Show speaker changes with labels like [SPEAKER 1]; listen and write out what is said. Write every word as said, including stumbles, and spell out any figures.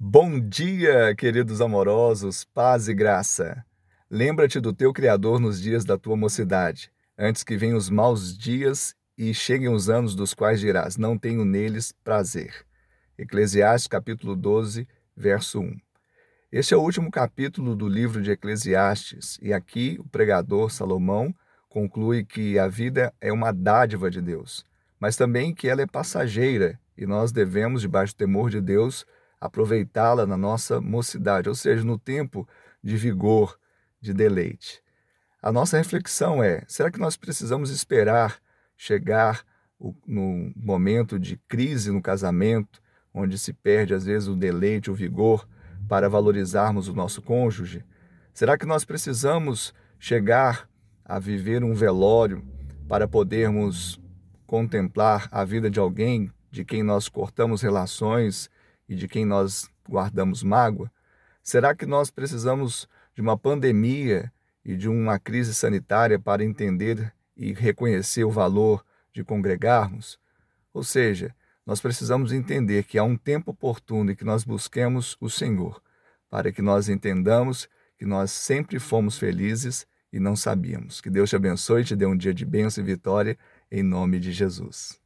[SPEAKER 1] Bom dia, queridos amorosos, paz e graça. Lembra-te do teu Criador nos dias da tua mocidade, antes que venham os maus dias e cheguem os anos dos quais dirás, não tenho neles prazer. Eclesiastes capítulo doze, verso um. Este é o último capítulo do livro de Eclesiastes, e aqui o pregador Salomão conclui que a vida é uma dádiva de Deus, mas também que ela é passageira e nós devemos, debaixo do temor de Deus, aproveitá-la na nossa mocidade, ou seja, no tempo de vigor, de deleite. A nossa reflexão é: será que nós precisamos esperar chegar o, no momento de crise no casamento, onde se perde às vezes o deleite, o vigor, para valorizarmos o nosso cônjuge? Será que nós precisamos chegar a viver um velório para podermos contemplar a vida de alguém de quem nós cortamos relações e de quem nós guardamos mágoa? Será que nós precisamos de uma pandemia e de uma crise sanitária para entender e reconhecer o valor de congregarmos? Ou seja, nós precisamos entender que há um tempo oportuno e que nós busquemos o Senhor, para que nós entendamos que nós sempre fomos felizes e não sabíamos. Que Deus te abençoe e te dê um dia de bênção e vitória, em nome de Jesus.